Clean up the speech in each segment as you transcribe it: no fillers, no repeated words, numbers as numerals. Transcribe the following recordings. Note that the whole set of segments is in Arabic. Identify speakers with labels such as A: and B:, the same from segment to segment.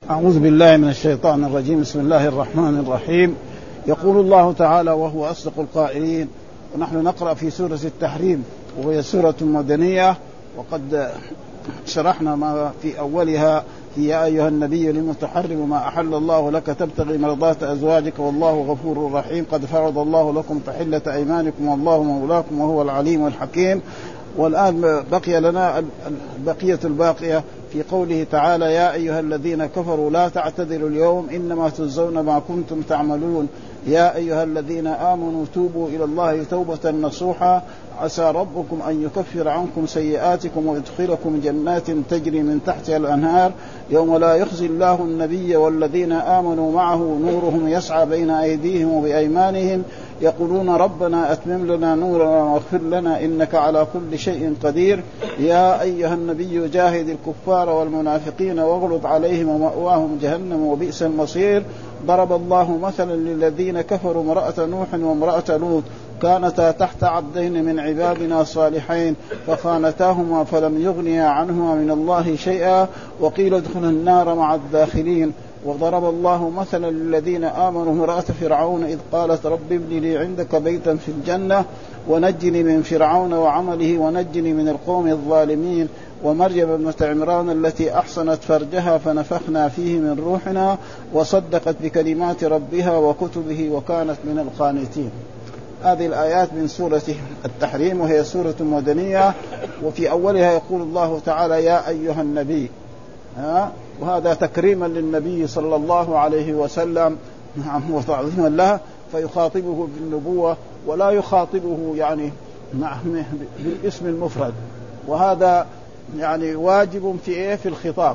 A: أعوذ بالله من الشيطان الرجيم. بسم الله الرحمن الرحيم. يقول الله تعالى وهو أصدق القائلين، ونحن نقرأ في سورة التحريم وهي سورة مدنية، وقد شرحنا ما في أولها يا أيها النبي لم تحرم ما أحل الله لك تبتغي مرضات أزواجك والله غفور رحيم قد فرض الله لكم تحلة أيمانكم والله مولاكم وهو العليم الحكيم. والآن بقي لنا البقية الباقية في قوله تعالى يا أيها الذين كفروا لا تعتذروا اليوم إنما تجزون ما كنتم تعملون يا أيها الذين آمنوا توبوا إلى الله توبة نصوحا عسى ربكم أن يكفر عنكم سيئاتكم ويدخلكم جنات تجري من تحتها الأنهار يوم لا يخزي الله النبي والذين آمنوا معه نورهم يسعى بين أيديهم وبأيمانهم يقولون ربنا أتمم لنا نورنا واغفر لنا إنك على كل شيء قدير يا أيها النبي جاهد الكفار والمنافقين واغلظ عليهم ومأواهم جهنم وبئس المصير. ضرب الله مثلا للذين كفروا امرأة نوح وامرأة لوط كانتا تحت عبدين من عبادنا صالحين فخانتاهما فلم يغنيا عنهما من الله شيئا وقيل ادخلا النار مع الداخلين. وضرب الله مثلا للذين آمنوا امرأة فرعون إذ قالت رب ابن لي عندك بيتا في الجنة ونجني من فرعون وعمله ونجني من القوم الظالمين. ومريم ابنة عمران التي أحصنت فرجها فنفخنا فيه من روحنا وصدقت بكلمات ربها وكتبه وكانت من القانتين. هذه الآيات من سورة التحريم وهي سورة مدنية، وفي أولها يقول الله تعالى يا أيها النبي، وهذا تكريما للنبي صلى الله عليه وسلم وتعظيما له، فيخاطبه بالنبوة ولا يخاطبه يعني بالاسم المفرد، وهذا يعني واجب في الخطاب.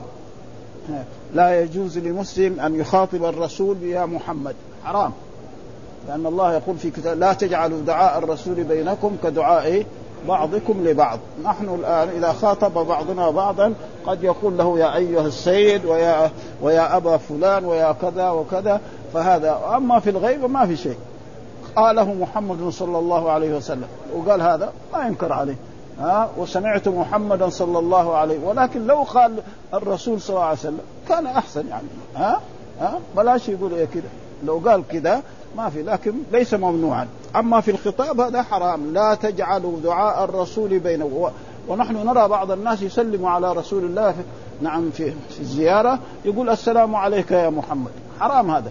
A: لا يجوز لمسلم أن يخاطب الرسول يا محمد، حرام، لأن الله يقول في كتاب لا تجعلوا دعاء الرسول بينكم كدعاء بعضكم لبعض. نحن الآن إذا خاطب بعضنا بعضا قد يقول له يا أيها السيد ويا أبا فلان ويا كذا وكذا، فهذا أما في الغيب ما في شيء. قاله محمد صلى الله عليه وسلم وقال هذا ما ينكر عليه، وسمعت محمدا صلى الله عليه، ولكن لو قال الرسول صلى الله عليه وسلم كان أحسن يعني بلاش يقول إيه كده، لو قال كده ما في، لكن ليس ممنوعا. أما في الخطاب هذا حرام، لا تجعلوا دعاء الرسول بينه. ونحن نرى بعض الناس يسلم على رسول الله في الزيارة يقول السلام عليك يا محمد، حرام هذا،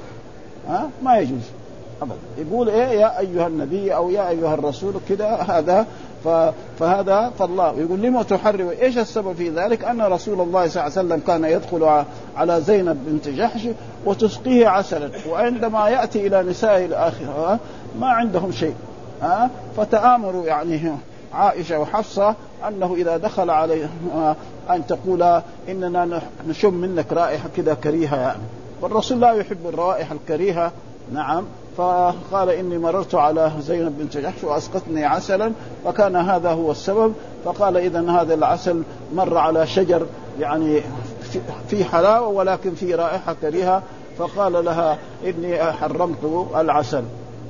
A: ما يجوز أبدا. يقول إيه يا أيها النبي أو يا أيها الرسول كده، هذا فهذا فالله يقول لما تحرم. إيش السبب في ذلك؟ أن رسول الله صلى الله عليه وسلم كان يدخل على زينب بنت جحش وتسقيه عسلا، وعندما يأتي إلى نساء الآخرة ما عندهم شيء، فتآمروا يعني عائشة وحفصة أنه إذا دخل عليه أن تقول إننا نشم منك رائحة كده كريهة يعني، والرسول لا يحب الروائح الكريهة. نعم، فقال إني مررت على زينب بنت جحش وأسقتني عسلا، فكان هذا هو السبب. فقال إذن هذا العسل مر على شجر يعني في حلاوة ولكن في رائحة كريهة، فقال لها إني حرمت العسل.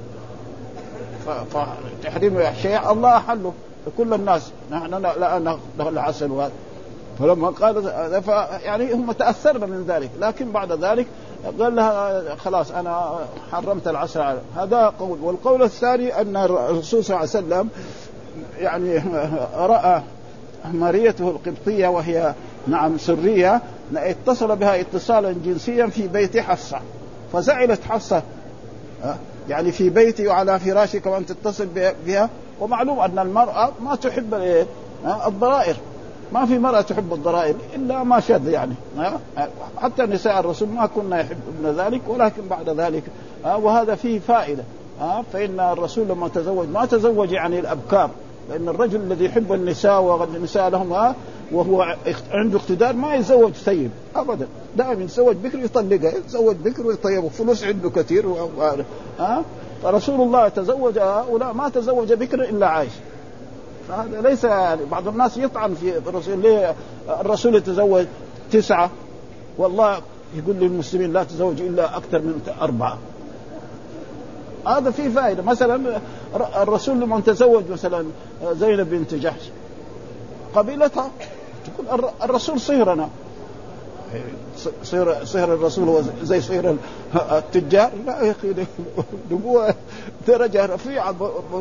A: فتحريم شيء الله أحله لكل الناس، نحن لا نأخذ العسل وهذا. فلما قال يعني هم تأثرنا من ذلك، لكن بعد ذلك قال لها خلاص أنا حرمت العسل. هذا قول. والقول الثاني أن الرسول صلى الله عليه وسلم يعني رأى ماريته القبطية وهي نعم سرية، اتصل بها اتصالا جنسيا في بيت حفصة، فزعلت حفصة يعني في بيتي وعلى فراشك وأن تتصل بها. ومعلوم أن المرأة ما تحب الضرائر، ما في مرأة تحب الضرائر إلا ما شذ يعني، حتى نساء الرسول ما كنا يحبون ذلك، ولكن بعد ذلك وهذا فيه فائدة. فإن الرسول لما تزوج ما تزوج يعني الأبكار، لأن الرجل الذي يحب النساء والنساء لهم وهو عنده اقتدار ما يتزوج ثيب أبدا، دائما يتزوج بكر يطلقها، يتزوج بكر ويطيبه، فلوس عنده كثير فرسول الله تزوج هؤلاء ما تزوج بكر إلا عائشة. فهذا ليس يعني بعض الناس يطعن في الرسول، ليه الرسول يتزوج 9 والله يقول للمسلمين لا تزوج إلا أكثر من 4. هذا فيه فائدة. مثلا الرسول لما تزوج مثلا زينب بنت جحش قبيلتها تقول الرسول صهرنا، صهر الرسول هو زي صهر التجار؟ لا يا أخي، نبوة درجة رفيعة.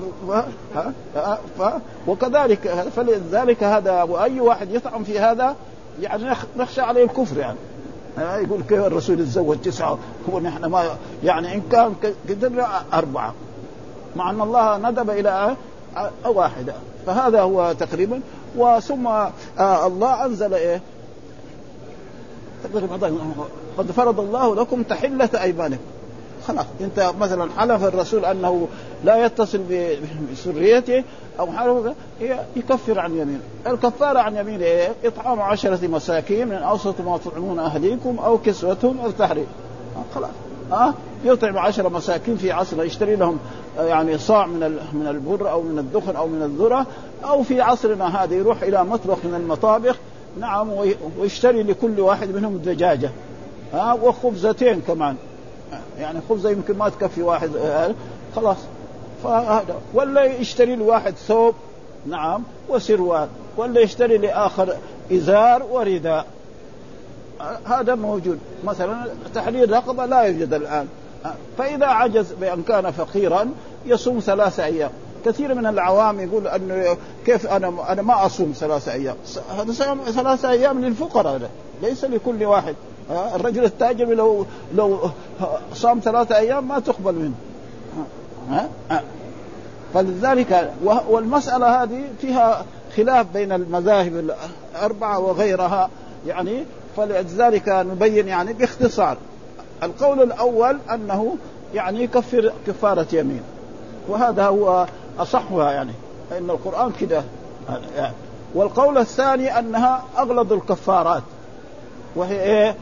A: وكذلك فلذلك هذا، وأي واحد يطعن في هذا يعني نخشى عليه الكفر. يعني يقول كيف الرسول يتزوج 9 هو نحن ما يعني إن كان قدرنا 4 مع أن الله ندب إلى 1. فهذا هو تقريبا. وثم الله أنزل إيه قد فرض الله لكم تحلة أيمانكم. خلاص انت مثلا حلف الرسول انه لا يتصل بسريته او حلف يكفر عن يمينه. الكفاره عن يمينه ايه؟ اطعام 10 مساكين من اوسط ما تطعمون اهليكم او كسوتهم او تحرير. خلاص يطعم 10 مساكين في عصر، يشتري لهم يعني صاع من البر او من الدخن او من الذره، او في عصرنا هذا يروح الى مطبخ من المطابخ نعم ويشتري لكل واحد منهم دجاجه وخبزتين كمان، يعني خبزة يمكن ما تكفي واحد خلاص. فهذا ولا يشتري لواحد ثوب نعم وسروال، ولا يشتري لآخر إزار ورداء. هذا موجود. مثلا تحرير رقبة لا يوجد الآن. فإذا عجز بأن كان فقيرا يصوم 3 أيام. كثير من العوام يقول أنه كيف أنا ما أصوم 3 أيام. هذا 3 أيام للفقراء، ليس لكل واحد. الرجل التاجر لو صام 3 أيام ما تقبل منه. فلذلك والمسألة هذه فيها خلاف بين المذاهب ال4 وغيرها يعني. فلذلك نبين يعني باختصار. القول الأول أنه يعني يكفر كفارة يمين، وهذا هو أصحها يعني، إن القرآن كده يعني. والقول الثاني أنها أغلظ الكفارات، وهي إيه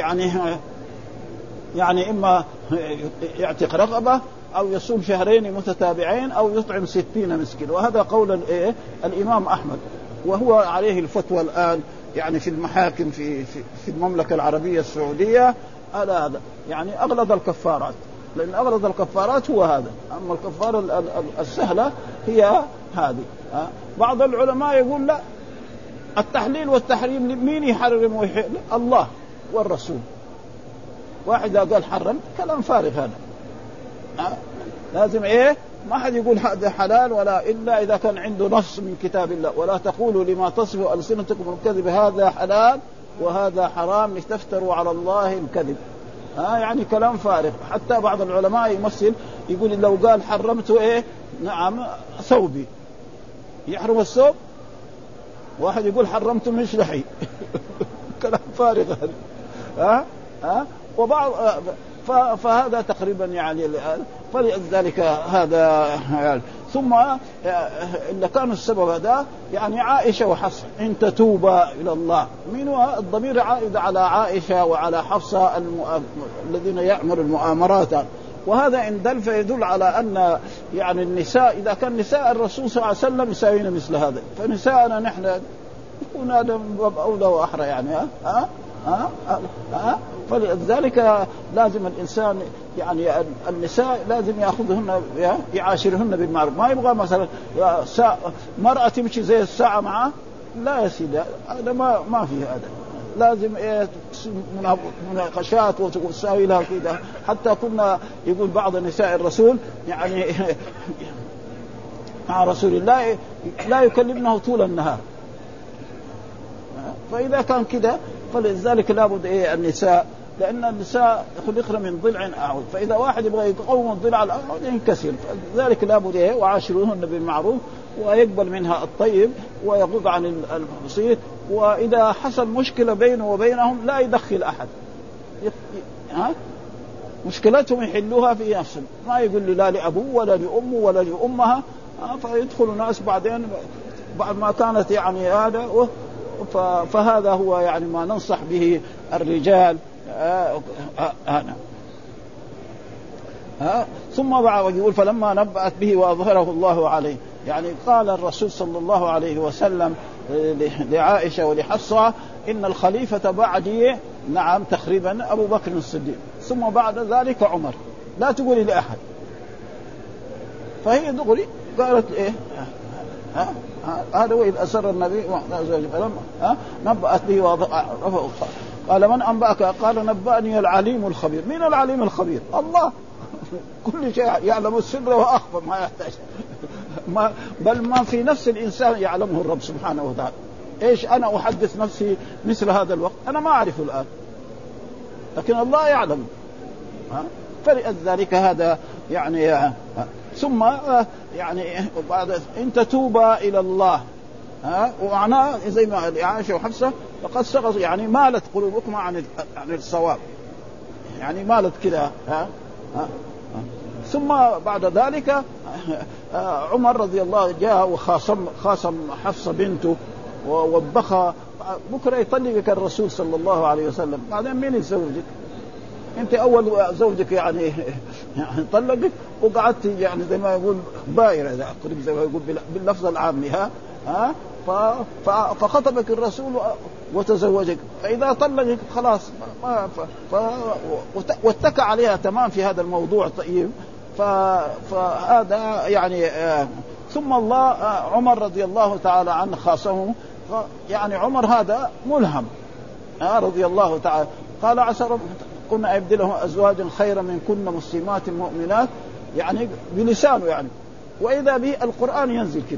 A: يعني إما يعتق رقبة أو يصوم 2 متتابعين أو يطعم 60 مسكين. وهذا قول الإمام أحمد، وهو عليه الفتوى الآن يعني في المحاكم في المملكة العربية السعودية على هذا يعني أغلظ الكفارات، لأن أغلظ الكفارات هو هذا. أما الكفارة السهلة هي هذه. بعض العلماء يقول لا، التحليل والتحريم مين يحرم ويحل؟ الله والرسول. واحد قال حرم كلام فارغ هذا. لازم ايه ما حد يقول هذا حلال ولا إلا إذا كان عنده نص من كتاب الله. ولا تقولوا لما تصف ألسنتكم الكذب هذا حلال وهذا حرام لتفتروا على الله الكذب. يعني كلام فارغ. حتى بعض العلماء يمثل يقول لو قال حرمت ايه نعم ثوبي، يحرم الثوب. واحد يقول حرمت مشلحي كلام فارغ هذا. وبعض فهذا تقريبا يعني فلذلك هذا يعني. ثم إن كان السبب هذا يعني عائشة وحفصة إن تتوبا إلى الله. من هو الضمير عائد على عائشة وعلى حفصة الذين يعملوا المؤامرات. وهذا إن دل فيدل على أن يعني النساء إذا كان نساء الرسول صلى الله عليه وسلم يساوين مثل هذا، فنساءنا نحن يكون هذا أولى وأحرى يعني. فلذلك لازم الإنسان يعني النساء لازم يأخذهن يعاشرهن بالمعروف. ما يبغى مثلا مرأة تمشي زي الساعة معه، لا يا سيدي هذا ما في هذا. لازم مناقشات وتساوي لها كده. حتى كنا يقول بعض نساء الرسول يعني مع رسول الله لا يكلمنه طول النهار. فإذا كان كده فلذلك لابد النساء، لأن النساء خلقن من ضلع أعوج، فإذا واحد يبغى يقوم الضلع الأعوج ينكسر. فلذلك لابد وعاشروهن بالمعروف ويقبل منها الطيب ويغض عن البسيط. وإذا حصل مشكلة بينه وبينهم لا يدخل أحد، مشكلتهم يحلوها في نفسهم. ما يقول لا لأبوه ولا لأمه ولا لأمها. فيدخل الناس بعدين بعد ما كانت يعني هذا. فهذا هو يعني ما ننصح به الرجال. ثم بعد يقول فلما نبأت به وأظهره الله عليه. يعني قال الرسول صلى الله عليه وسلم لعائشة ولحفصة إن الخليفة بعدي نعم تقريبا أبو بكر الصديق، ثم بعد ذلك عمر، لا تقولي لأحد. فهي دغري قالت إيه هذا وإذ أسر النبي فلما نبأت به قال من أنبأك؟ قال نبأني العليم الخبير. من العليم الخبير؟ الله. كل شيء يعلم السر وأخفى ما يحتاج بل ما في نفس الإنسان يعلمه الرب سبحانه وتعالى. إيش أنا أحدث نفسي مثل هذا الوقت أنا ما أعرفه الآن، لكن الله يعلم. فلذلك هذا يعني ثم يعني بعد إن تتوبا إلى الله ومعناه زي ما عائشة وحفصة فقد سقط يعني مالت قلوبكم عن الصواب، يعني مالت كده ثم بعد ذلك عمر رضي الله جاء وخاصم حفصة بنته ووبخها، بكرة يطلقك الرسول صلى الله عليه وسلم، بعدين مين يزوجك؟ انت اول زوجك يعني طلقك وقعدت يعني زي ما يقول بايرة زي ما يقول باللفظ العامي فخطبك الرسول وتزوجك، فإذا طلقك خلاص واتكى عليها تمام في هذا الموضوع. طيب فهذا يعني ثم الله عمر رضي الله تعالى عنه خاصه، يعني عمر هذا ملهم رضي الله تعالى قال عسى كنا أبدله أزواجا خيرا من كنا مسلمات مؤمنات، يعني بلسانه يعني، وإذا به القرآن ينزل كده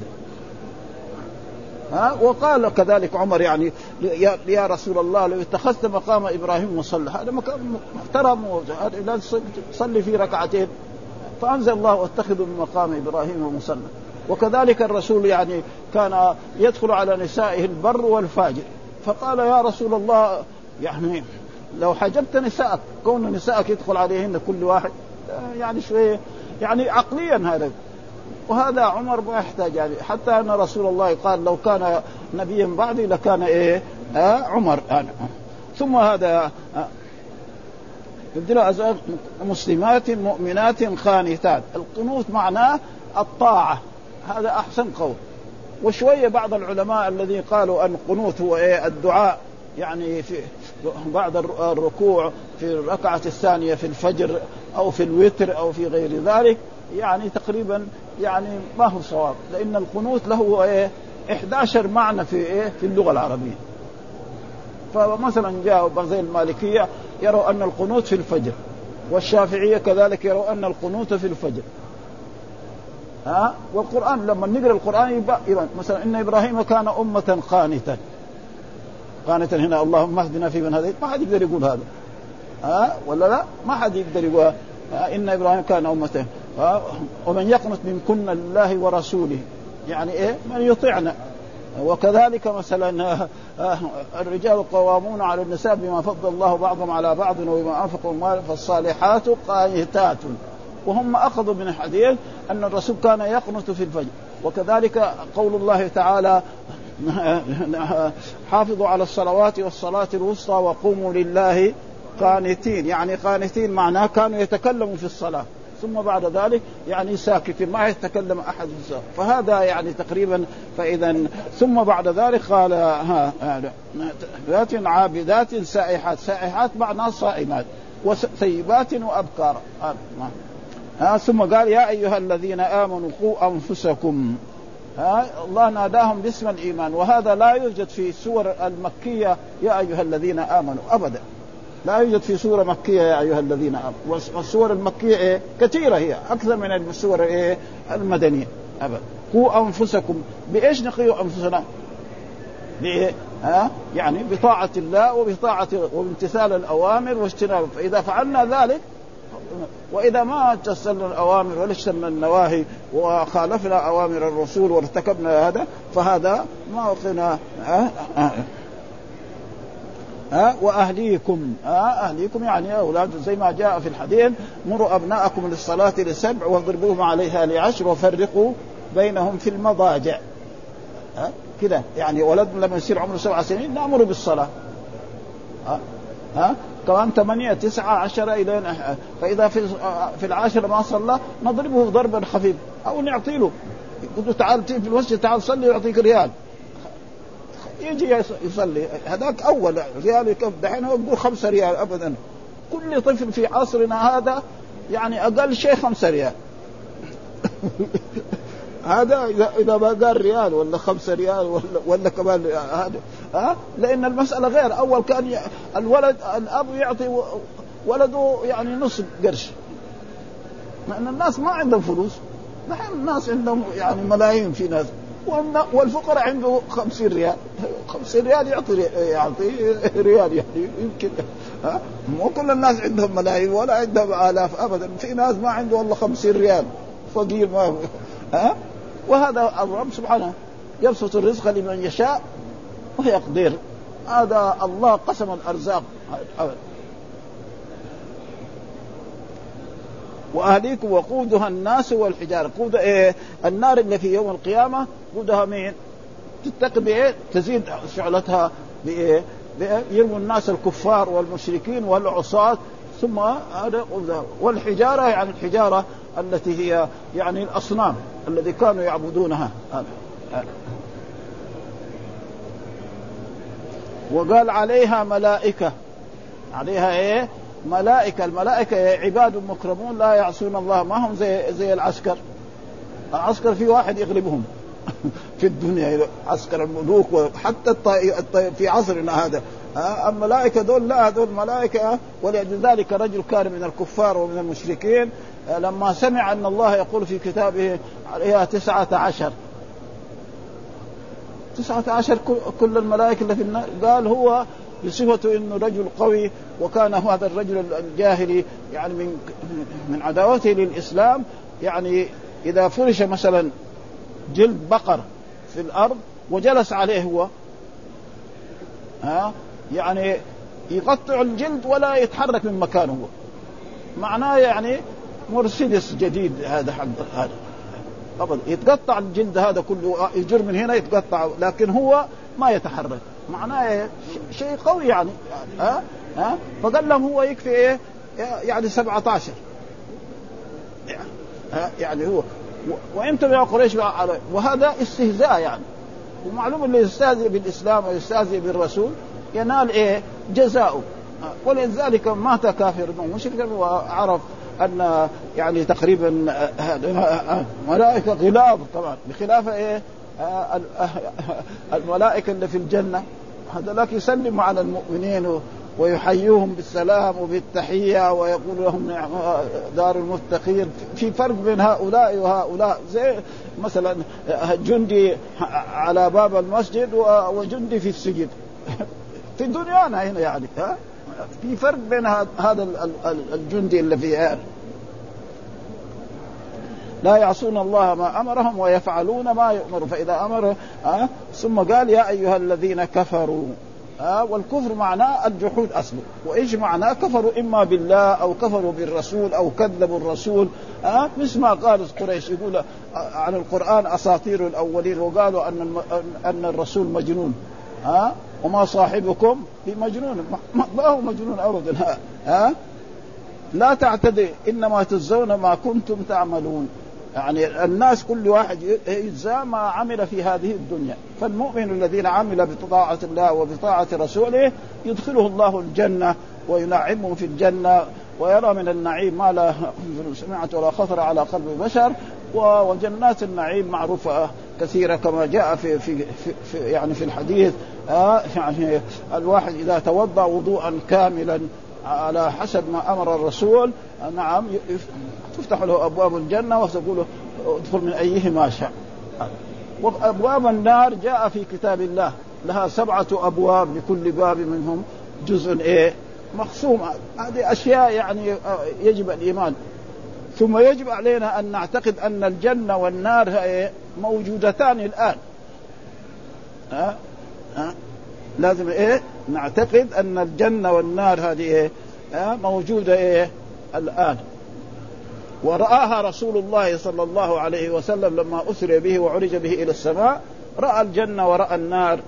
A: وقال كذلك عمر يعني يا رسول الله لو اتخذت مقام إبراهيم مصلى، هذا مكان محترم لا تصلي في ركعتين، فأنزل الله واتخذوا من مقام إبراهيم مصلى. وكذلك الرسول يعني كان يدخل على نسائه البر والفاجر، فقال يا رسول الله يعني لو حجبت نسائك كون نسائك يدخل عليهن كل واحد يعني شوية يعني عقليا هذا، وهذا عمر ما يحتاج يعني، حتى أن رسول الله قال لو كان نبيا بعدي لكان عمر ثم هذا يبدل أزواج مسلمات مؤمنات خانتات. القنوت معناه الطاعة، هذا أحسن قول. وشوية بعض العلماء الذين قالوا أن القنوت هو الدعاء يعني في بعد الركوع في الركعة الثانية في الفجر أو في الوتر أو في غير ذلك، يعني تقريبا يعني ما هو صواب، لأن القنوت له 11 معنى في اللغة العربية. فمثلا جاء بعض المالكية يروا أن القنوت في الفجر، والشافعية كذلك يروا أن القنوت في الفجر. والقرآن لما نقرأ القرآن يبقى مثلا إن إبراهيم كان أمة قانتا هنا اللهم اهدنا في من هديت، ما حد يقدر يقول هذا ولا لا، ما حد يقدر يقول إن إبراهيم كان أمة ومن يقنت منكن لله ورسوله، يعني من يطيعنا. وكذلك مثلا الرجال قوامون على النساء بما فضل الله بعضهم على بعض وبما أنفقوا المال، فالصالحات قانتات. وهم أخذوا من الحديث أن الرسول كان يقنت في الفجر. وكذلك قول الله تعالى حافظوا على الصلوات والصلاة الوسطى وقوموا لله قانتين، يعني قانتين معناه كانوا يتكلموا في الصلاة ثم بعد ذلك يعني ساكتين ما يتكلم أحد في الصلاة، فهذا يعني تقريبا. فإذا ثم بعد ذلك قال ذات عابدات سائحات معناه صائمات وثيبات وأبكار. ثم قال يا أيها الذين آمنوا قوا أنفسكم. الله ناداهم باسم الإيمان، وهذا لا يوجد في السور المكية يا أيها الذين آمنوا أبدا، لا يوجد في سورة مكية يا أيها الذين آمنوا. والسور المكية كثيرة، هي أكثر من السور المدنية أبدا. قوا أنفسكم، بإيش نقيوا أنفسنا؟ يعني بطاعة الله وبطاعة وامتثال الأوامر واجتناب. فإذا فعلنا ذلك وإذا ما امتثلنا الأوامر ولا اجتنبنا النواهي وخالفنا أوامر الرسول وارتكبنا هذا، فهذا ما وقنا. وأهليكم أهليكم يعني أولاد، زي ما جاء في الحديث مروا أبناءكم للصلاة ل7 واضربوهم عليها ل10 وفرقوا بينهم في المضاجع. كده يعني ولد لما يصير عمره 7 سنين نأمر بالصلاة، كمان 8 9 10 إلى، فإذا في 10 ما صلى نضربه ضربا خفيف أو نعطيله، يقول تعال في المسجد تعال صلي ويعطيك ريال، يجي يصلي. هذاك أول ريال دحين هو يقول 5 ريال أبدا. كل طفل في عصرنا هذا يعني أقل شيء 5 ريال هذا إذا ما قال ريال ولا 5 ريال ولا كمان هذا لأن المسألة غير. أول كان الأب يعطي ولده يعني نصف قرش، لأن الناس ما عندهم فلوس. نحن الناس عندهم يعني ملايين في ناس، والفقراء عنده 50 ريال. 50 ريال يعطي ريال يعني يمكن. مو كل الناس عندهم ملايين ولا عندهم آلاف أبدا. في ناس ما عنده والله 50 ريال، فقير ما وهذا الرب سبحانه يبسط الرزق لمن يشاء ويقدر. هذا الله قسم الأرزاق. وأهليكم وقودها الناس والحجارة. قود النار اللي في يوم القيامة قودها مين؟ تتقي بإيه؟ تزيد شعلتها بإيه؟ يرموا الناس الكفار والمشركين والعصاة. ثم هذا والحجارة يعني الحجارة التي هي يعني الأصنام الذي كانوا يعبدونها. وقال عليها ملائكة. عليها إيه؟ ملائكة. الملائكة عباد مكرمون لا يعصون الله. ما هم زي العسكر. العسكر في واحد يغلبهم في الدنيا، عسكر الملوك وحتى في عصرنا هذا. الملائكة دول لا، دول ملائكة. ولذلك رجل كان من الكفار ومن المشركين لما سمع أن الله يقول في كتابه عليها 19 كل الملائكة اللي في النار، قال هو بصفته إنه رجل قوي، وكان هذا الرجل الجاهلي يعني من عداوته للإسلام، يعني إذا فرش مثلا جلد بقر في الأرض وجلس عليه هو يعني يقطع الجلد ولا يتحرك من مكانه هو. معناه يعني مرسيدس جديد هذا حق هذا أبدا. يتقطع الجلد هذا كله، يجر من هنا يتقطع، لكن هو ما يتحرك. معناه شيء قوي يعني. فقال لهم هو يكفي إيه يعني 17 يعني هو. وانتم يا قريش، وهذا استهزاء يعني. ومعلوم اللي يستهزئ بالإسلام ويستهزئ بالرسول ينال إيه جزاؤه. ولذلك مات كافر ومشرك وعرف أن يعني تقريبا ملائكة غلاب طبعا، بخلاف إيه الملائكة اللي في الجنة. هذا لك يسلم على المؤمنين ويحييهم بالسلام وبالتحية ويقول لهم دار المتقين. في فرق بين هؤلاء وهؤلاء، زي مثلا جندي على باب المسجد وجندي في السجن في دنيانا هنا يعني. في فرق بين هذا الجندي اللي فيه لا يعصون الله ما أمرهم ويفعلون ما يؤمر. فإذا أمر ثم قال يا أيها الذين كفروا. والكفر معناه الجحود أصله. وإيش معناه؟ كفروا إما بالله أو كفروا بالرسول أو كذبوا الرسول. مثل ما قال قريش يقول عن القرآن أساطير الأولين، وقالوا أن الرسول مجنون. وما صاحبكم بمجنون، ما هو مجنون أبدا. لا تعتدي إنما تجزون ما كنتم تعملون. يعني الناس كل واحد يجزى ما عمل في هذه الدنيا. فالمؤمن الذين عمل بطاعة الله وبطاعة رسوله يدخله الله الجنة وينعمه في الجنة ويرى من النعيم ما لا سمعت ولا خطر على قلب بشر. وجنات النعيم معروفة كثيرة كما جاء في الحديث. يعني الواحد إذا توضأ وضوءا كاملا على حسب ما أمر الرسول، نعم، تفتح له أبواب الجنة وتقول ادخل من أيه ما شاء. وأبواب النار جاء في كتاب الله لها 7 أبواب، لكل باب منهم جزء مقسوم. هذه أشياء يعني يجب الإيمان. ثم يجب علينا أن نعتقد أن الجنة والنار موجودتان الآن. لازم نعتقد أن الجنة والنار هذه موجودة الآن. ورآها رسول الله صلى الله عليه وسلم لما أسري به وعرج به إلى السماء، رأى الجنة ورأى النار.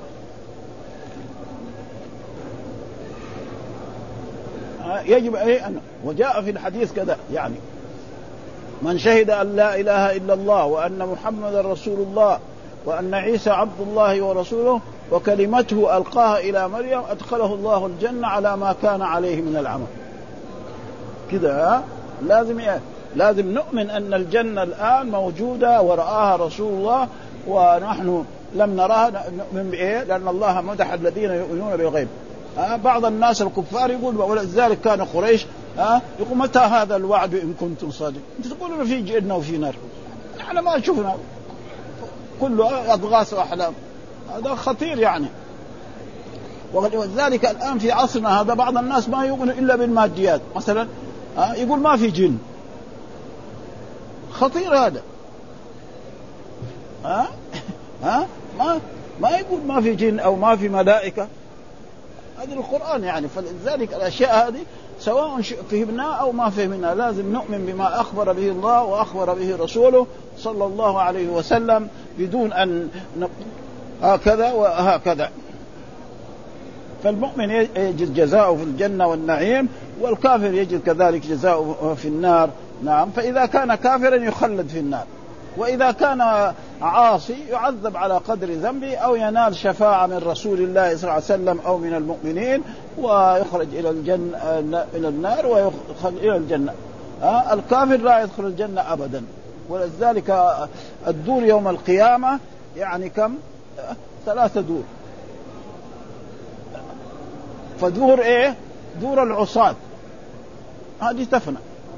A: يجب وجاء في الحديث كذا يعني من شهد أن لا إله إلا الله وأن محمد رسول الله وأن عيسى عبد الله ورسوله وكلمته ألقاها إلى مريم أدخله الله الجنة على ما كان عليه من العمل. كده لازم لازم نؤمن أن الجنة الآن موجودة ورآها رسول الله ونحن لم نراها. نؤمن بإيه؟ لأن الله مدح الذين يؤمنون بالغيب. بعض الناس الكفار يقول ولذلك كان قريش يقول متى هذا الوعد إن كنتم صادقين؟ أنتم تقولون في جنة وفي نار، احنا ما شفنا، كله أضغاث وأحلام. هذا خطير يعني. ولذلك الآن في عصرنا هذا بعض الناس ما يؤمن إلا بالماديات، مثلا يقول ما في جن. خطير هذا. ما يقول ما في جن أو ما في ملائكة. هذا القرآن يعني. فلذلك الأشياء هذه سواء فهمناها أو ما فهمناها لازم نؤمن بما أخبر به الله وأخبر به رسوله صلى الله عليه وسلم بدون أن هكذا وهكذا. فالمؤمن يجد جزاؤه في الجنة والنعيم، والكافر يجد كذلك جزاؤه في النار. نعم. فإذا كان كافرا يخلد في النار، وإذا كان عاصي يعذب على قدر ذنبه أو ينال شفاعة من رسول الله صلى الله عليه وسلم أو من المؤمنين ويخرج إلى الجنة إلى النار ويدخل إلى الجنة. الكافر لا يدخل الجنة أبدا. ولذلك الدور يوم القيامة يعني كم؟ 3 دور. فدور إيه؟ دور العصاة هذه تفنى.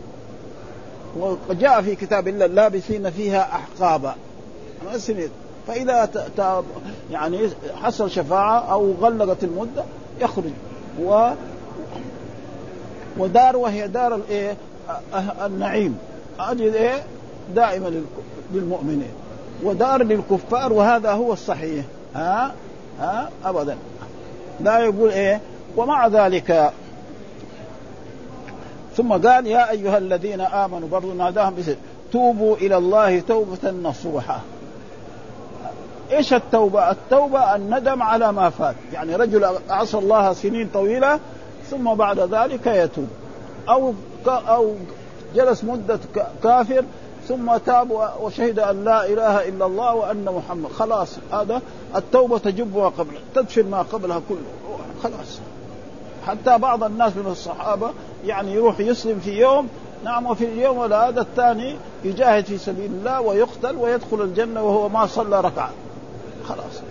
A: وجاء في كتاب الله لابثين فيها أحقابا. فإذا يعني حصل شفاعة أو غلقت المدة يخرج. ودار وهي دار الإيه؟ النعيم. هذه إيه؟ دائما للمؤمنين، ودار للكفار. وهذا هو الصحيح. أبدا لا يقول إيه. ومع ذلك ثم قال يا أيها الذين آمنوا، برضو ناداهم بسر توبوا إلى الله توبة نصوحة. إيش التوبة؟ التوبة الندم على ما فات. يعني رجل عصى الله سنين طويلة ثم بعد ذلك يتوب، أو جلس مدة كافر ثم تاب وشهد أن لا إله إلا الله وأن محمد، خلاص هذا التوبة تجب ما قبلها، تدفن ما قبلها كله خلاص. حتى بعض الناس من الصحابة يعني يروح يسلم في يوم، نعم، وفي اليوم ولا هذا الثاني يجاهد في سبيل الله ويقتل ويدخل الجنة وهو ما صلى ركعة. خلاص.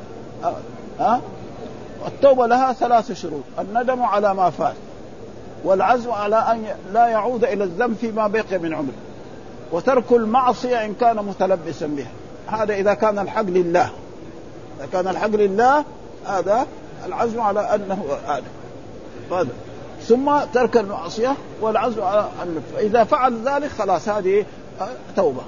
A: التوبة لها 3 شروط: الندم على ما فات، والعزم على أن لا يعود إلى الذنب فيما بقي من عمره، وترك المعصية إن كان متلبسا بها. هذا إذا كان الحق لله. إذا كان الحق لله هذا العزم على أنه هذا. ثم ترك المعصية والعزم على أن إذا فعل ذلك خلاص هذه توبة.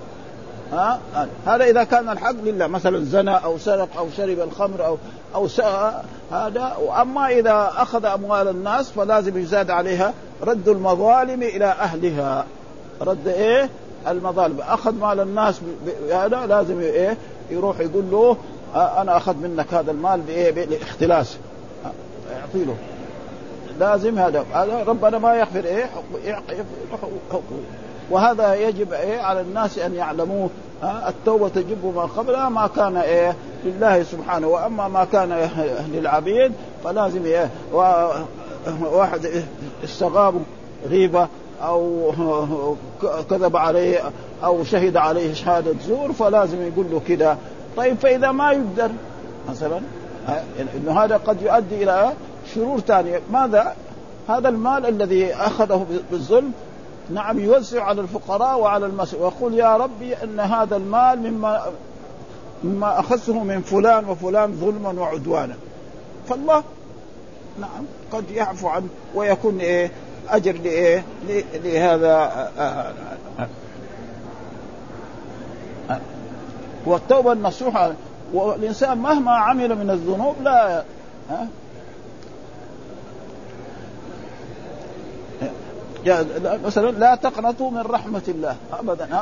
A: هذا إذا كان الحق لله، مثلا زنا أو سرق أو شرب الخمر أو هذا. وأما إذا أخذ أموال الناس فلازم يزاد عليها رد المظالم إلى أهلها. رد إيه؟ المظالم. أخذ مال الناس هذا لازم إيه؟ يروح يقول له أنا أخذ منك هذا المال بإيه؟ بالاختلاس، يعطي له. لازم هذا ربنا ما يغفر إيه؟ حقوق. وهذا يجب إيه على الناس أن يعلموه. التوبة تجب ما قبلها ما كان إيه لله سبحانه، وأما ما كان للعبيد فلازم إيه. واحد استغاب غيبة أو كذب عليه أو شهد عليه شهادة زور فلازم يقول له كده. طيب فإذا ما يقدر مثلا إنه هذا قد يؤدي إلى شرور ثانية. ماذا؟ هذا المال الذي أخذه بالظلم، نعم، يوزع على الفقراء وعلى المسؤول ويقول يا ربي أن هذا المال مما أخذته من فلان وفلان ظلما وعدوانا. فالله نعم قد يعفو عنه ويكون إيه أجر لإيه لهذا. والتوبة النصوحة. والإنسان مهما عمل من الذنوب لا مثلا لا تقنطوا من رحمة الله أبدا.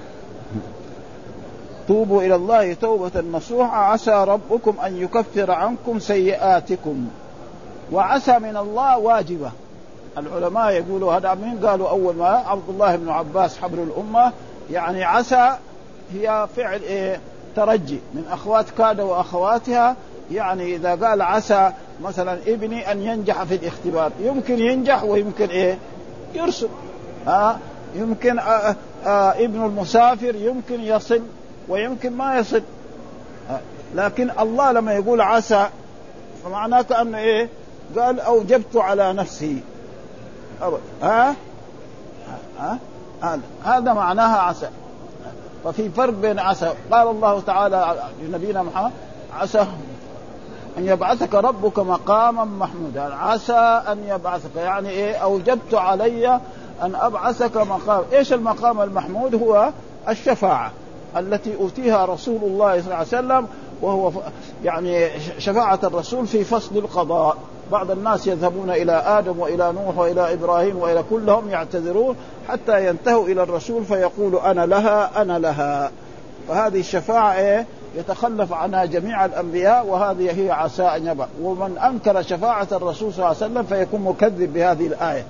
A: توبوا إلى الله توبة نصوحة عسى ربكم أن يكفر عنكم سيئاتكم. وعسى من الله واجبة. العلماء يقولوا هذا من قالوا أول ما عبد الله بن عباس حبر الأمة، يعني عسى هي فعل إيه؟ ترجي من أخوات كاد وأخواتها. يعني إذا قال عسى مثلا ابني أن ينجح في الاختبار، يمكن ينجح ويمكن إيه يرسل. يمكن ابن المسافر يمكن يصل ويمكن ما يصل. لكن الله لما يقول عسى فمعناه كأنه إيه؟ قال أوجبت على نفسي. هذا معناها عسى. ففي فرق بين عسى. قال الله تعالى لنبينا محمد عسى أن يبعثك ربك مقاما محمودا. عسى أن يبعثك يعني إيه؟ أوجبت علي أن أبعثك مقام. إيش المقام المحمود؟ هو الشفاعة التي أوتيها رسول الله صلى الله عليه وسلم، وهو يعني شفاعة الرسول في فصل القضاء. بعض الناس يذهبون إلى آدم وإلى نوح وإلى إبراهيم وإلى كلهم يعتذرون حتى ينتهوا إلى الرسول فيقول أنا لها أنا لها. فهذه الشفاعة إيه؟ يتخلف عنها جميع الأنبياء، وهذه هي عسى أن يبعث. ومن أنكر شفاعة الرسول صلى الله عليه وسلم فيكون مكذب بهذه الآية.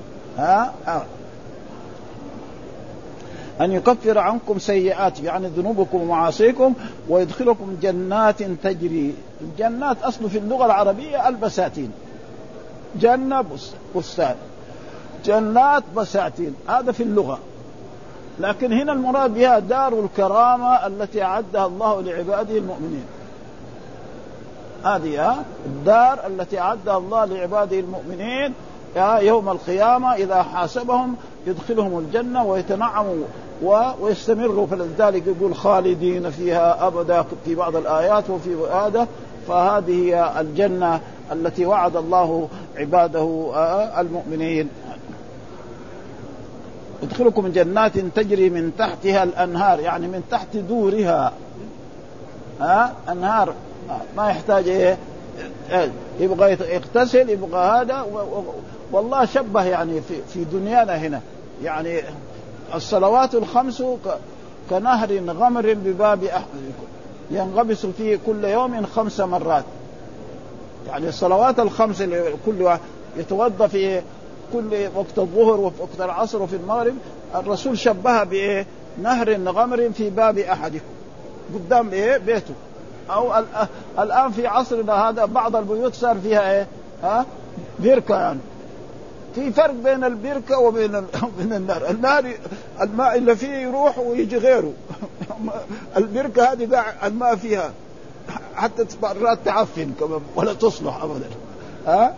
A: أن يكفر عنكم سيئات يعني ذنوبكم ومعاصيكم ويدخلكم جنات تجري. الجنات أصل في اللغة العربية البساتين، جنة بستان، جنات بساتين، هذا في اللغة. لكن هنا المراد بها دار الكرامة التي أعدها الله لعباده المؤمنين. هذه الدار التي أعدها الله لعباده المؤمنين يوم القيامة إذا حاسبهم يدخلهم الجنة ويتنعموا ويستمروا. فلذلك يقول خالدين فيها أبدا في بعض الآيات وفي هذا. فهذه هي الجنة التي وعد الله عباده المؤمنين. يدخلكم جنات تجري من تحتها الأنهار يعني من تحت دورها أنهار، ما يحتاج إيه يبغى يغتسل يبغى هذا. والله شبه يعني في دنيانا هنا يعني الصلوات الخمس كنهر غمر بباب أحدكم ينغمس فيه كل يوم 5 مرات. يعني الصلوات الخمس اللي كل واحد يتوضأ في كل وقت الظهر وفي وقت العصر وفي المغرب، الرسول شبهها بإيه؟ نهر غمر في باب أحدكم قدام إيه؟ بيته. أو الآن في عصرنا هذا بعض البيوت صار فيها إيه؟ بركة. يعني في فرق بين البركة وبين النار الماء اللي فيه يروح ويجي غيره. البركة هذه قاع الماء فيها حتى مرات تعفن كمان ولا تصلح أبدا.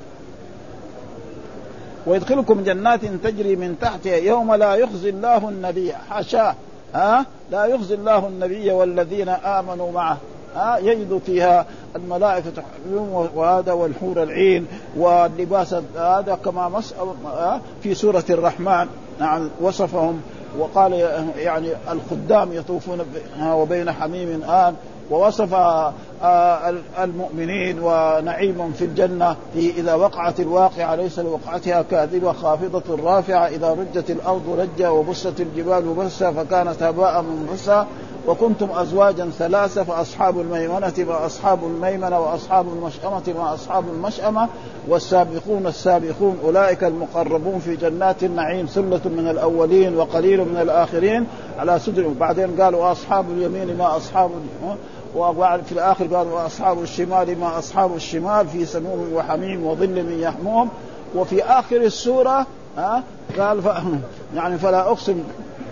A: ويدخلكم جنات تجري من تحتها يوم لا يخزي الله النبي حاشاه لا يخزي الله النبي والذين آمنوا معه يجد فيها الملائكة وهذا والحور العين واللباس هذا كما في سورة الرحمن وصفهم وقال يعني الخدام يطوفون وبين حميم آن. ووصف المؤمنين ونعيم في الجنة إذا وقعت الواقعة ليس لوقعتها كاذبة خافضة رافعة إذا رجت الأرض رجا وبست الجبال بسا فكانت هباء منبثا وكنتم أزواجا 3 فأصحاب الميمنة ما أصحاب الميمنة وأصحاب المشأمة ما أصحاب المشأمة والسابقون السابقون أولئك المقربون في جنات النعيم ثلة من الأولين وقليل من الآخرين على سدر. بعدين قالوا وأصحاب اليمين ما أصحاب، وفي الآخر قالوا وأصحاب الشمال ما أصحاب الشمال في سموم وحميم وظل من يحموم. وفي آخر السورة قال يعني فلا أقسم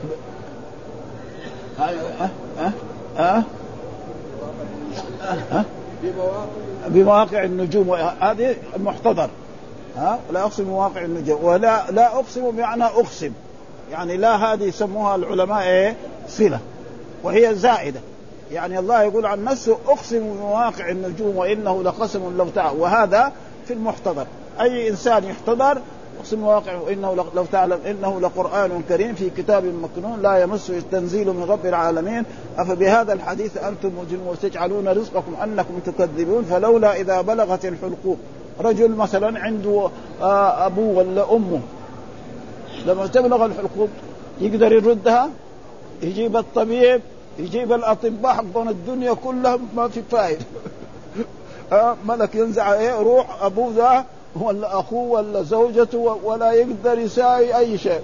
A: بمواقع النجوم هذه المحتضر لا أقسم بمواقع النجوم ولا لا أقسم بمعنى أقسم يعني لا هذه يسموها العلماء صلة وهي زائدة. يعني الله يقول عن نفسه أقسم بمواقع النجوم وإنه لقسم لو تعلم. وهذا في المحتضر أي إنسان يحتضر أقسم بمواقع وإنه لو تعلم إنه لقرآن كريم في كتاب مكنون لا يمسه التنزيل من رب العالمين أفبهذا الحديث أنتم مجرمون وتجعلون رزقكم أنكم تكذبون فلولا إذا بلغت الحلقوم. رجل مثلا عنده أبوه ولا أمه لما تبلغ الحلقوم يقدر يردها، يجيب الطبيب يجيب الأطباء حقون الدنيا كلها ما في فائدة. ملك ينزع روح أبوه ذا ولا أخوه ولا زوجته ولا يقدر يساوي أي شيء.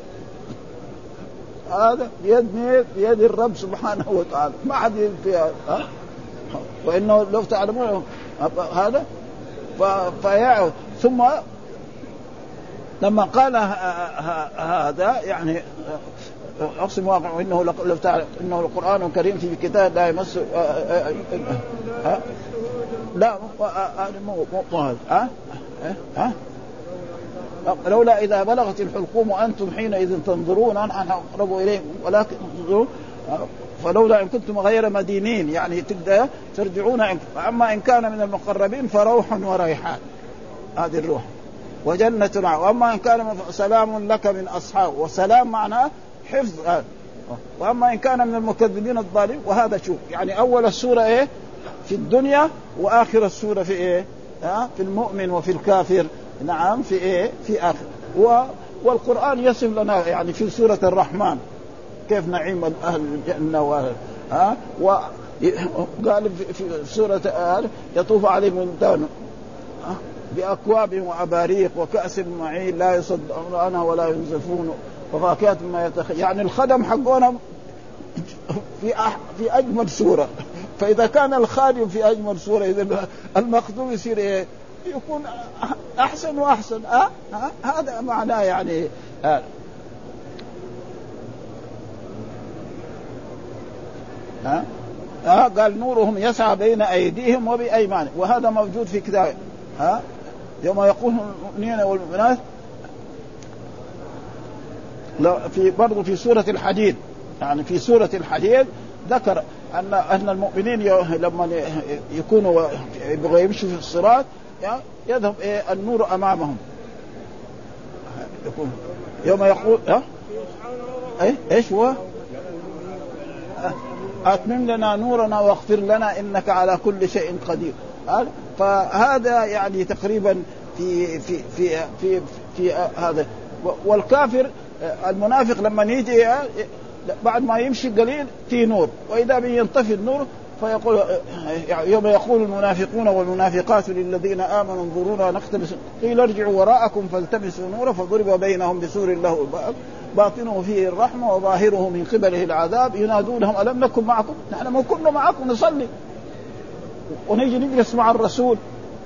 A: هذا بيد الرب سبحانه وتعالى ما حد فيها. وإنه لو تعلمون هذا ثم لما قال هذا يعني أقسم واقع إنه لو تعلم إنه القرآن الكريم في كتاب لا يمس لا لولا إذا بلغت الحلقوم وأنتم حينئذ تنظرون أن أقرب إليه ولكن فلولا إن كنتم غير مدينين يعني ترجعون. أما إن كان من المقربين فروح وريحان هذه الروح وجنة نعيم. وأما إن كان سلام لك من أصحاب وسلام معناه حفظ. وأما إن كان من المكذبين الضالين. وهذا شوف يعني أول السورة إيه في الدنيا وآخر السورة في إيه في المؤمن وفي الكافر. نعم في إيه في آخر. والقرآن يصف لنا يعني في سورة الرحمن كيف نعيم أهل الجنة وقال في سورة يطوف عليهم ولدان بأكواب وأباريق وكأس معين لا يصدعون عنها ولا ينزفون وفاكهة ما يعني الخدم حقنا في أجمل سورة. فإذا كان الخادم في أجمل سورة إذا المخدوم يصير إيه يكون أحسن وأحسن. هذا معناه يعني قال نورهم يسعى بين أيديهم وبأيمانهم. وهذا موجود في كتاب يوم يقول المؤمنين والمؤمنات في برضو في سورة الحديد. يعني في سورة الحديد ذكر أن المؤمنين لما يكونوا يبغوا يمشوا في الصراط يذهب النور أمامهم. يوم يقول إيش هو أتمم لنا نورنا واغفر لنا إنك على كل شيء قدير. فهذا يعني تقريبا في هذا. والكافر المنافق لما يجي بعد ما يمشي قليل في نور وإذا بينطفي النور فيقول يوم يقول المنافقون والمنافقات للذين آمنوا انظرونا نقتبس قيل ارجعوا وراءكم فالتمسوا نورا فضرب بينهم بسور له باطنه فيه الرحمة وظاهره من قبله العذاب ينادونهم ألم نكن معكم نحن ما كنا معكم نصلي ونيجي نجلس مع الرسول.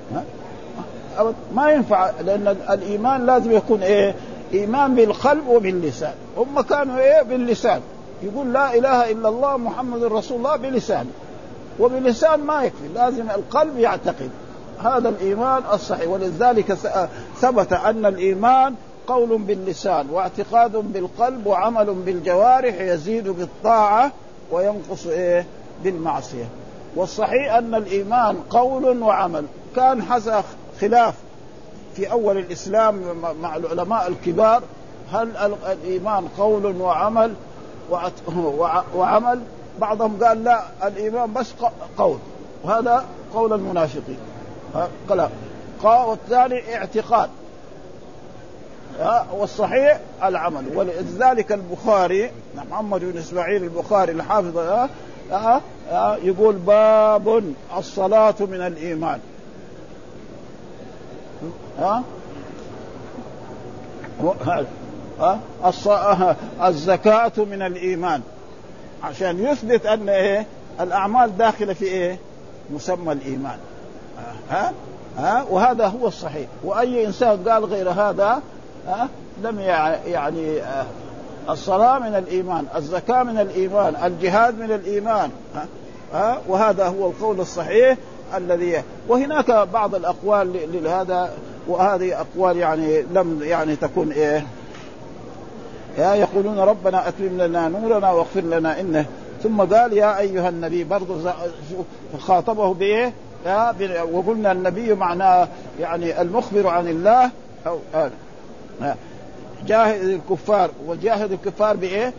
A: ما ينفع لأن الإيمان لازم يكون إيمان بالقلب وباللسان. هم كانوا باللسان يقول لا إله إلا الله محمد رسول الله بلسان وباللسان ما يكفي لازم القلب يعتقد. هذا الإيمان الصحيح. ولذلك ثبت أن الإيمان قول باللسان واعتقاد بالقلب وعمل بالجوارح يزيد بالطاعة وينقص بالمعصية. والصحيح أن الإيمان قول وعمل. كان حصل خلاف في أول الإسلام مع العلماء الكبار هل الإيمان قول وعمل. بعضهم قال لا الإيمان بس قول وهذا قول المنافقين كلام. والثاني اعتقاد والصحيح العمل. ولذلك البخاري محمد بن إسماعيل البخاري الحافظ يقول باب الصلاة من الإيمان. الزكاة من الإيمان عشان يثبت أن الأعمال داخلة في مسمى الإيمان. وهذا هو الصحيح. وأي إنسان قال غير هذا لم يعني الصلاة من الإيمان الزكاة من الإيمان الجهاد من الإيمان. وهذا هو القول الصحيح الذي. وهناك بعض الأقوال لهذا وهذه أقوال يعني لم يعني تكون يقولون ربنا أتمم لنا نورنا واغفر لنا إنه. ثم قال يا أيها النبي برضو خاطبه بإيه وقلنا النبي معناه يعني المخبر عن الله أو جاهد الكفار. وجاهد الكفار بإيه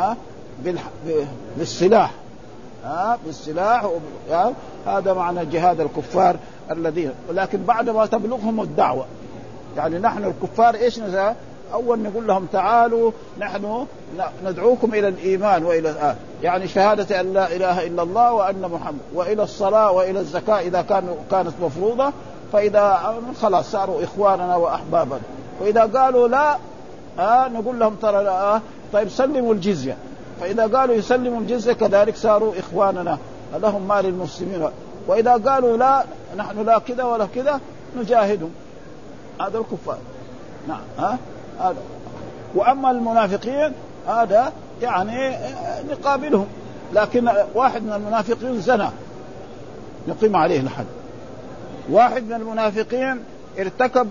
A: بالسلاح بالسلاح هذا معنى جهاد الكفار الذين. ولكن بعد ما تبلغهم الدعوة يعني نحن الكفار إيش نسأل أول نقول لهم تعالوا نحن ندعوكم إلى الإيمان وإلى يعني شهادة أن لا إله إلا الله وأن محمد وإلى الصلاة وإلى الزكاة إذا كانت مفروضة. فإذا خلاص صاروا إخواننا وأحبابنا. وإذا قالوا لا نقول لهم ترى لا طيب سلموا الجزية. فإذا قالوا يسلموا الجزية كذلك صاروا إخواننا لهم مال المسلمين. وإذا قالوا لا نحن لا كذا ولا كذا نجاهدهم. هذا الكفار. نعم هذا. وأما المنافقين هذا يعني نقابلهم، لكن واحد من المنافقين زنا نقيم عليه الحد، واحد من المنافقين ارتكب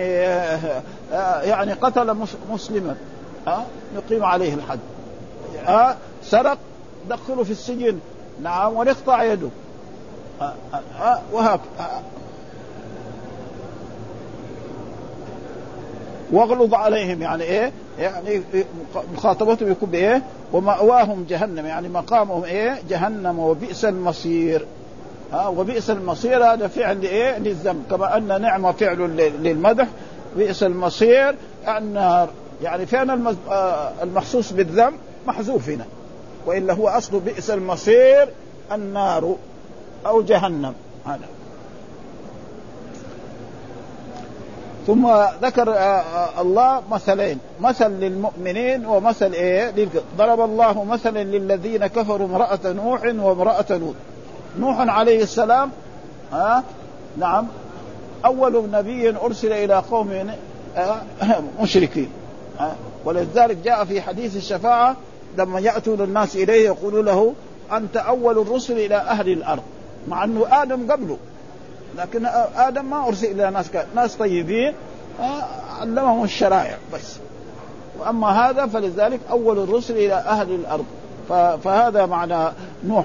A: يعني قتل مسلما نقيم عليه الحد، سرق دخله في السجن نعم ونقطع يده وهكذا. واغلظ عليهم يعني ايه، يعني مخاطبتهم يكون بايه، ومأواهم جهنم يعني مقامهم ايه جهنم وبئس المصير. وبئس المصير هذا فعل ايه للذنب، كما ان نعمة فعل للمدح، بئس المصير النار. يعني فعلا المخصوص بالذنب محذوف هنا، وإلا هو أصله بئس المصير النار أو جهنم هذا. ثم ذكر الله مثلين، مثل للمؤمنين ومثل ايه ضرب الله مثلا للذين كفروا امرأة نوح وامرأة لوط. نوح عليه السلام نعم أول نبي أرسل إلى قوم مشركين، ولذلك جاء في حديث الشفاعة لما يأتون الناس إليه يقولوا له أنت أول الرسل إلى أهل الأرض، مع أنه آدم قبله، لكن آدم ما أرسل إلى ناس طيبين علمهم الشرائع بس، وأما هذا فلذلك أول الرسل إلى أهل الأرض. فهذا معنى نوح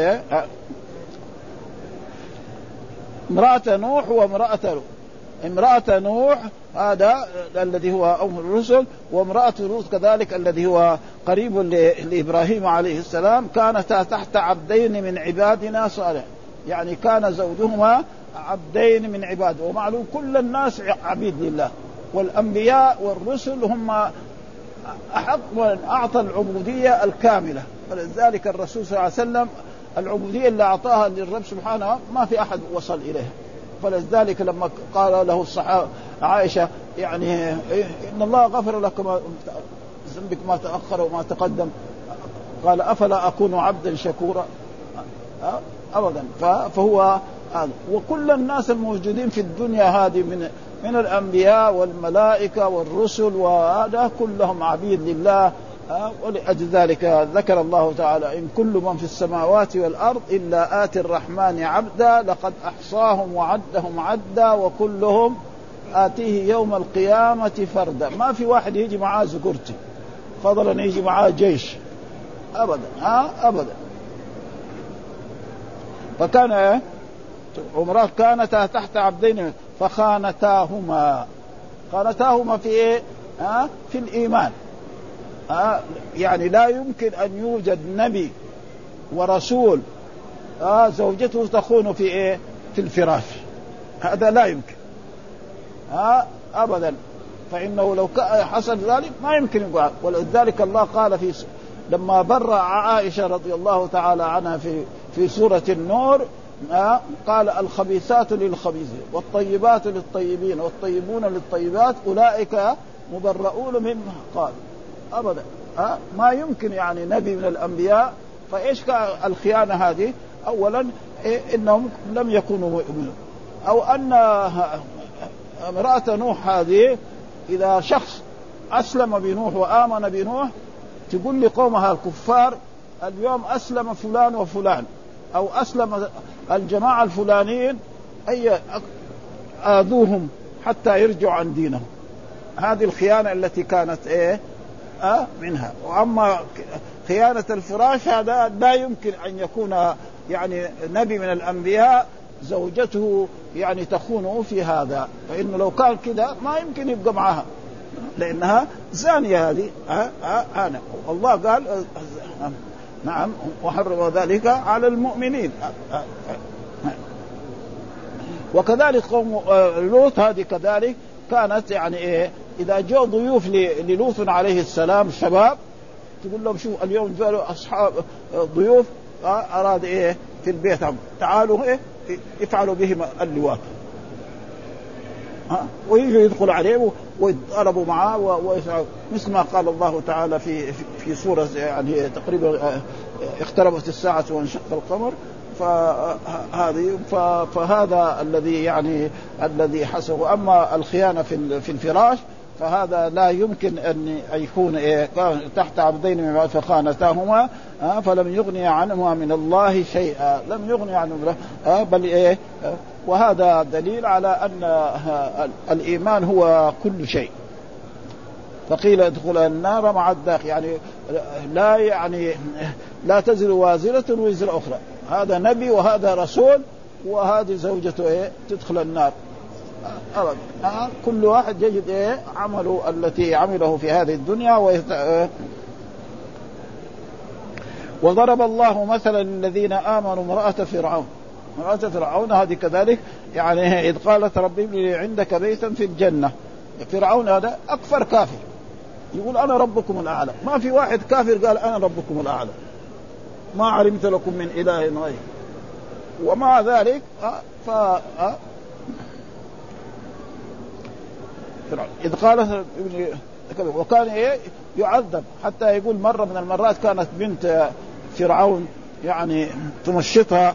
A: امرأة نوح وامرأة لوط. امرأة نوح هذا الذي هو أول الرسل، وامرأة لوط كذلك الذي هو قريب لإبراهيم عليه السلام، كانتا تحت عبدين من عبادنا صالح، يعني كان زوجهما عبدين من عباده. ومعلوم كل الناس عبيد لله، والأنبياء والرسل هم أحق من أعطى العبودية الكاملة، ولذلك الرسول صلى الله عليه وسلم العبودية اللي أعطاها للرب سبحانه ما في أحد وصل إليها. فلذلك لما قال له الصحابة عائشة يعني إن الله غفر لك ذنبك ما تأخر وما تقدم، قال أفلا أكون عبدا شكورا أبدا. فهو وكل الناس الموجودين في الدنيا هذه من الأنبياء والملائكة والرسل وهذا كلهم عبيد لله. ولأجل ذلك ذكر الله تعالى إن كل من في السماوات والأرض إلا آتي الرحمن عبدا لقد أحصاهم وعدهم عدا وكلهم آتيه يوم القيامة فردا. ما في واحد يجي معاه زكرتي فضلا يجي معاه جيش أبدا أبدا. فكان عمرات كانتا تحت عبدين فخانتاهما في إيه؟ في الإيمان. يعني لا يمكن أن يوجد نبي ورسول زوجته تخون في إيه؟ في الفراش، هذا لا يمكن أبدا. فإنه لو حصل ذلك ما يمكن يقع. ولذلك الله قال لما برأ عائشة رضي الله تعالى عنها في سورة النور قال الخبيثات للخبيثين والطيبات للطيبين والطيبون للطيبات أولئك مبرؤون مما قال أبدا. ما يمكن يعني نبي من الأنبياء. فإيش الخيانة هذه؟ أولا إنهم لم يكونوا مؤمنين، أو أن امرأة نوح هذه إذا شخص أسلم بنوح وآمن بنوح تقول لقومها الكفار اليوم أسلم فلان وفلان أو أسلم الجماعة الفلانيين أي آذوهم حتى يرجعوا عن دينهم. هذه الخيانة التي كانت منها. وأما خيانة الفراش هذا لا يمكن أن يكون يعني نبي من الأنبياء زوجته يعني تخونه في هذا، فإنه لو كان كذا ما يمكن يبقى معها لأنها زانية هذه. أنا الله قال نعم وحرم ذلك على المؤمنين. وكذلك قوم لوط هذه كذلك كانت يعني إيه إذا جاء ضيوف للوط عليه السلام شباب تقول لهم شو اليوم جاءوا أصحاب ضيوف أراد إيه في البيت تعالوا إيه يفعلوا بهم اللواط ويجوا يدخلوا عليه ويضربوا معاه ويفعلوا مثل ما قال الله تعالى في سورة يعني تقريبا اقتربت الساعة وانشق القمر. فهذا الذي يعني الذي حصل. أما الخيانة في الفراش فهذا لا يمكن أن يكون تحت عبدين فخانتاهما فلم يغني عنهما من الله شيئا، لم يغني عنهما بل وهذا دليل على أن الإيمان هو كل شيء. فقيل ادخل النار مع الداخل، يعني لا تزر وازرة وزر أخرى، هذا نبي وهذا رسول وهذه زوجته تدخل النار أبدا. كل واحد يجد عمله التي عمله في هذه الدنيا وضرب الله مثلا للذين آمنوا امرأة فرعون هذه كذلك، يعني إذ قالت رب ابن لي عندك بيتا في الجنة. فرعون هذا أكفر كافر، يقول أنا ربكم الأعلى، ما في واحد كافر قال أنا ربكم الأعلى، ما علمت لكم من إله غير. ومع ذلك إذ قالت وكان يعذب، حتى يقول مرة من المرات كانت بنت فرعون يعني تمشطها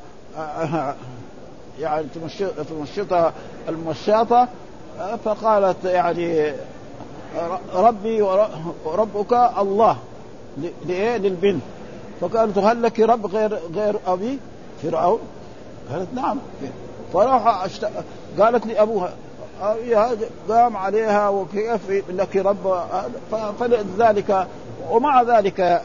A: المشاطة، فقالت يعني ربي وربك الله للبنت، فقالت هل لك رب غير أبي فرعون؟ قالت نعم. فراح قالت لأبوها قام عليها وكيف لك رب، فلذلك ومع ذلك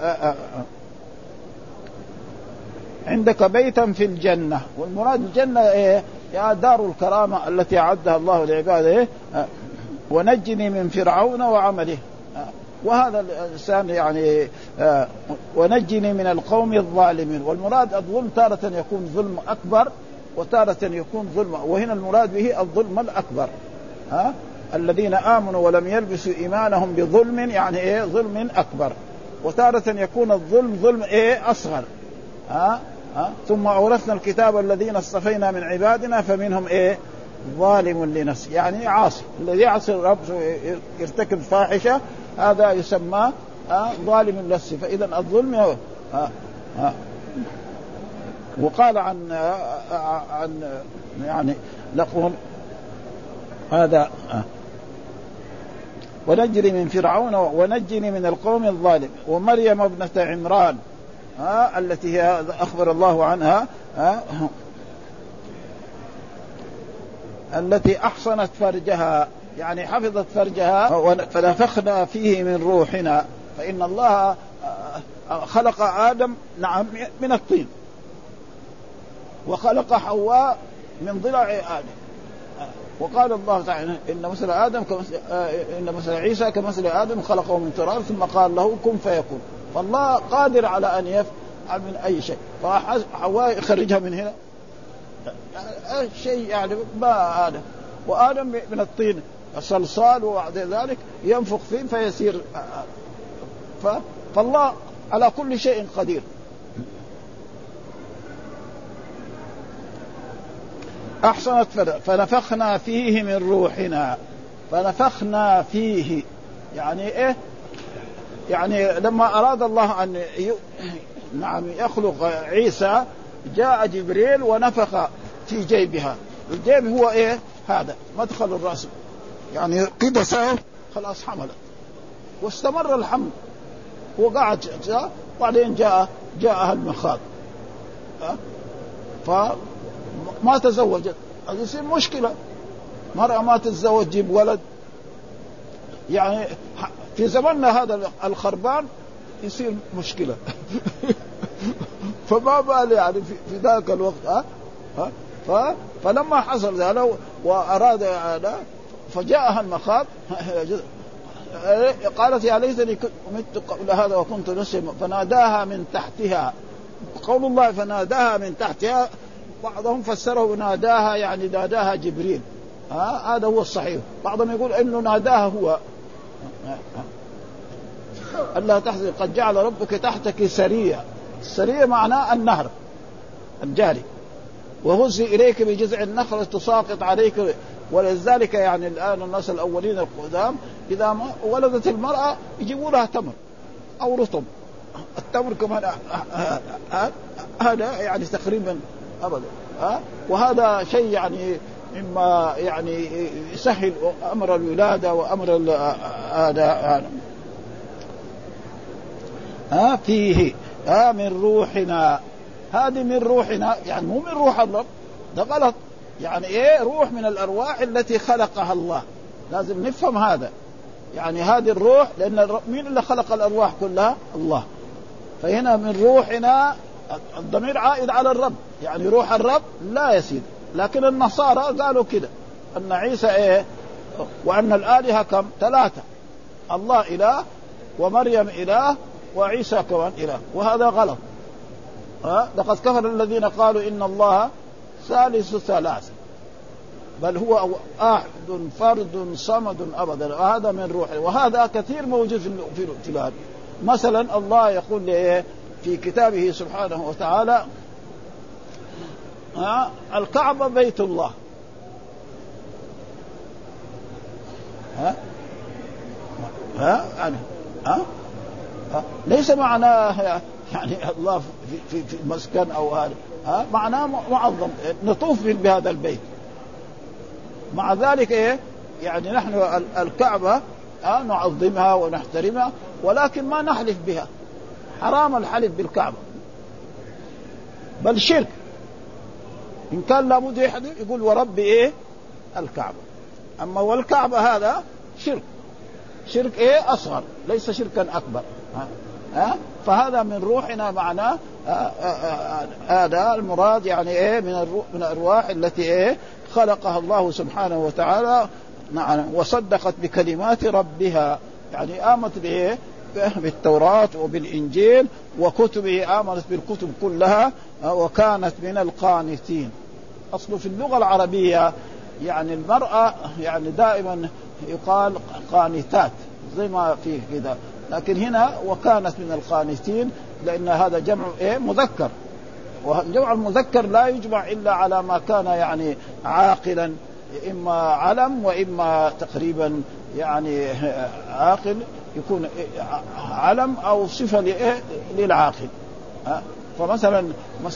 A: عندك بيتا في الجنة. والمراد الجنة يا دار الكرامة التي أعدها الله لعباده، ونجني من فرعون وعمله. وهذا الإنسان يعني ونجني من القوم الظالمين. والمراد الظلم تارة يكون ظلم أكبر وتارة يكون ظلم، وهنا المراد به الظلم الأكبر. الذين آمنوا ولم يلبسوا إيمانهم بظلم، يعني ظلم أكبر. وتارة يكون الظلم ظلم أصغر. ثم أورثنا الكتاب الذين اصطفينا من عبادنا فمنهم ظالم لنفسه، يعني عاصي. الذي يعصي الرب يرتكب فاحشة هذا يسمى ظالم لنفسه. فإذا الظلم وقال عن يعني لقون هذا ونجري من فرعون ونجني من القوم الظالم. ومريم ابنة عمران التي هي أخبر الله عنها التي أحصنت فرجها، يعني حفظت فرجها، فنفخنا فيه من روحنا. فإن الله خلق آدم نعم من الطين، وخلق حواء من ضلع آدم. وقال الله تعالى إن مثل عيسى كمثل آدم خلقه من تراب ثم قال له كن فيكون. فالله قادر على أن يفعل من أي شيء. فحواء يخرجها من هنا شيء يعني ما آدم، وآدم من الطين الصلصال، وبعد ذلك ينفخ فيه فيصير. فالله على كل شيء قدير. أحسنت فنفخنا فيه من روحنا. فنفخنا فيه يعني يعني لما أراد الله أن نعم يخلق عيسى جاء جبريل ونفخ في جيبها. الجيب هو هذا مدخل الرأس، يعني قيد ساعة خلاص حملت واستمر الحمل وقعد. وبعدين جاءها المخاض فما تزوجت. هذه يصير مشكلة، مرأة ما تتزوج تجيب ولد. يعني في زماننا هذا الخربان يصير مشكلة. فما بال يعني في ذاك الوقت فلما حصل ذلك وأراد هذا فجاءها المخاض قالت يا ليتني مت قبل هذا وكنت نسيا فناداها من تحتها. قول الله فناداها من تحتها بعضهم فسره ناداها يعني ناداها جبريل، هذا هو الصحيح. بعضهم يقول إنه ناداها هو ألا تحزن قد جعل ربك تحتك سريا. السريا معناه النهر الجاري. وهزي إليك بجذع النخلة تساقط عليك. ولذلك يعني الآن الناس الأولين القدام إذا ما ولدت المرأة يجيبوا لها تمر أو رطب. التمر كمان هذا يعني تقريبا أبدا. وهذا شيء يعني مما يعني يسهل أمر الولادة وأمر هذا فيه من روحنا. هذه من روحنا يعني مو من روح الله، ده غلط. يعني إيه روح من الأرواح التي خلقها الله، لازم نفهم هذا. يعني هذه الروح، لأن مين اللي خلق الأرواح كلها؟ الله. فهنا من روحنا الضمير عائد على الرب، يعني روح الرب لا يسيد. لكن النصارى قالوا كده أن عيسى إيه، وأن الآلهة كم؟ 3، الله إله ومريم إله وعيسى كمان إله، وهذا غلط. لقد كفر الذين قالوا إن الله ثالث ثلاثة، بل هو أحد فرد صمد أبدا، وهذا من روحه. وهذا كثير موجود في الهدى. مثلا الله يقول في كتابه سبحانه وتعالى الكعبة بيت الله. ليس معناه يعني الله في مسكن أو هذا، معناه معظم نطوف بهذا البيت. مع ذلك إيه يعني نحن الكعبة نعظمها ونحترمها، ولكن ما نحلف بها. حرام الحلف بالكعبة، بل شرك. إن كان لابد يقول وربي إيه الكعبة. أما والكعبة هذا شرك إيه أصغر، ليس شركا أكبر. فهذا من روحنا معناه هذا المراد، يعني إيه من الأرواح التي إيه خلقها الله سبحانه وتعالى. وصدقت بكلمات ربها، يعني آمنت بإيه بالتوراة وبالإنجيل وكتبه، آمنت بالكتب كلها. وكانت من القانتين. أصله في اللغة العربية يعني المرأة يعني دائما يقال قانتات زي ما فيه كده، لكن هنا وكانت من القانتين، لأن هذا جمع إيه مذكر، وجمع المذكر لا يجمع إلا على ما كان يعني عاقلا، إما علم وإما تقريبا يعني عاقل، يكون علم أو صفة للعاقل. فمثلا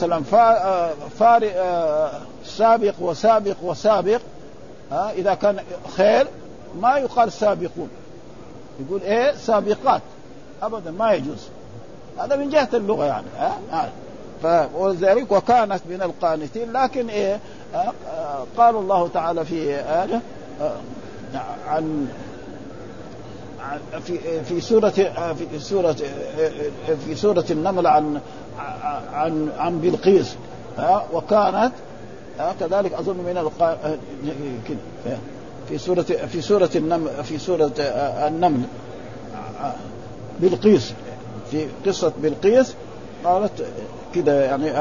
A: سابق وسابق وسابق، إذا كان خير ما يقال سابقون، يقول إيه سابقات، أبدا ما يجوز. هذا من جهة اللغة يعني. ولذلك وكانت من القانتين. لكن إيه قال الله تعالى في آية عن في سورة النمل عن بلقيس، وكانت كذلك أظن من في سورة النمل بلقيس، في قصة بلقيس قالت كده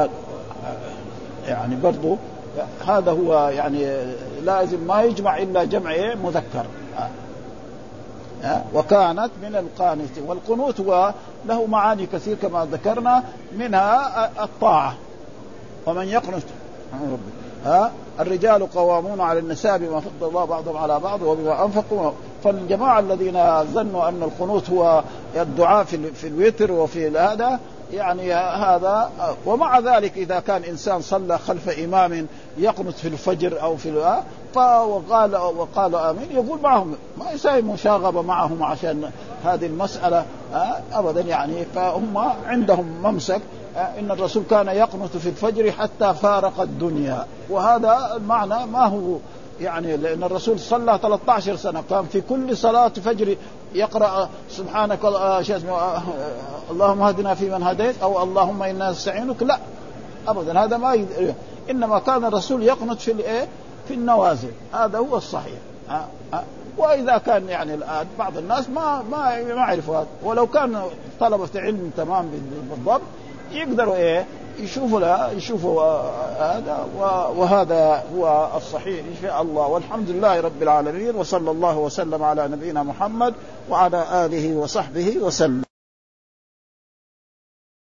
A: يعني برضو هذا هو يعني لازم ما يجمع إلا جمع مذكر. وكانت من القانتين. والقنوت هو له معاني كثير كما ذكرنا، منها الطاعة. ومن يقنت الرجال قوامون على النساء بما فضل الله بعضهم على بعض وبما أنفقوا. فالجماعة الذين ظنوا أن القنوت هو الدعاء في الوتر وفي هذا يعني هذا. ومع ذلك إذا كان إنسان صلى خلف إمام يقنت في الفجر أو في وقال آمين، يقول معهم، ما يساوي مشاغبة معهم عشان هذه المسألة أبدا يعني. فهم عندهم ممسك إن الرسول كان يقنت في الفجر حتى فارق الدنيا، وهذا المعنى ما هو يعني، لأن الرسول صلى 13 سنة كان في كل صلاة فجر يقرأ سبحانك اللهم هدنا فيمن هديت أو اللهم إنا نستعينك. لا أبدا، هذا ما إنما كان الرسول يقنت في النوازل، هذا هو الصحيح. وإذا كان يعني الآن بعض الناس ما يعرفوا هذا، ولو كان طلبة علم تمام بالضبط يقدروا يشوفوا هذا. وهذا هو الصحيح إن شاء الله. والحمد لله رب العالمين، وصلى الله وسلم على نبينا محمد وعلى آله وصحبه وسلم.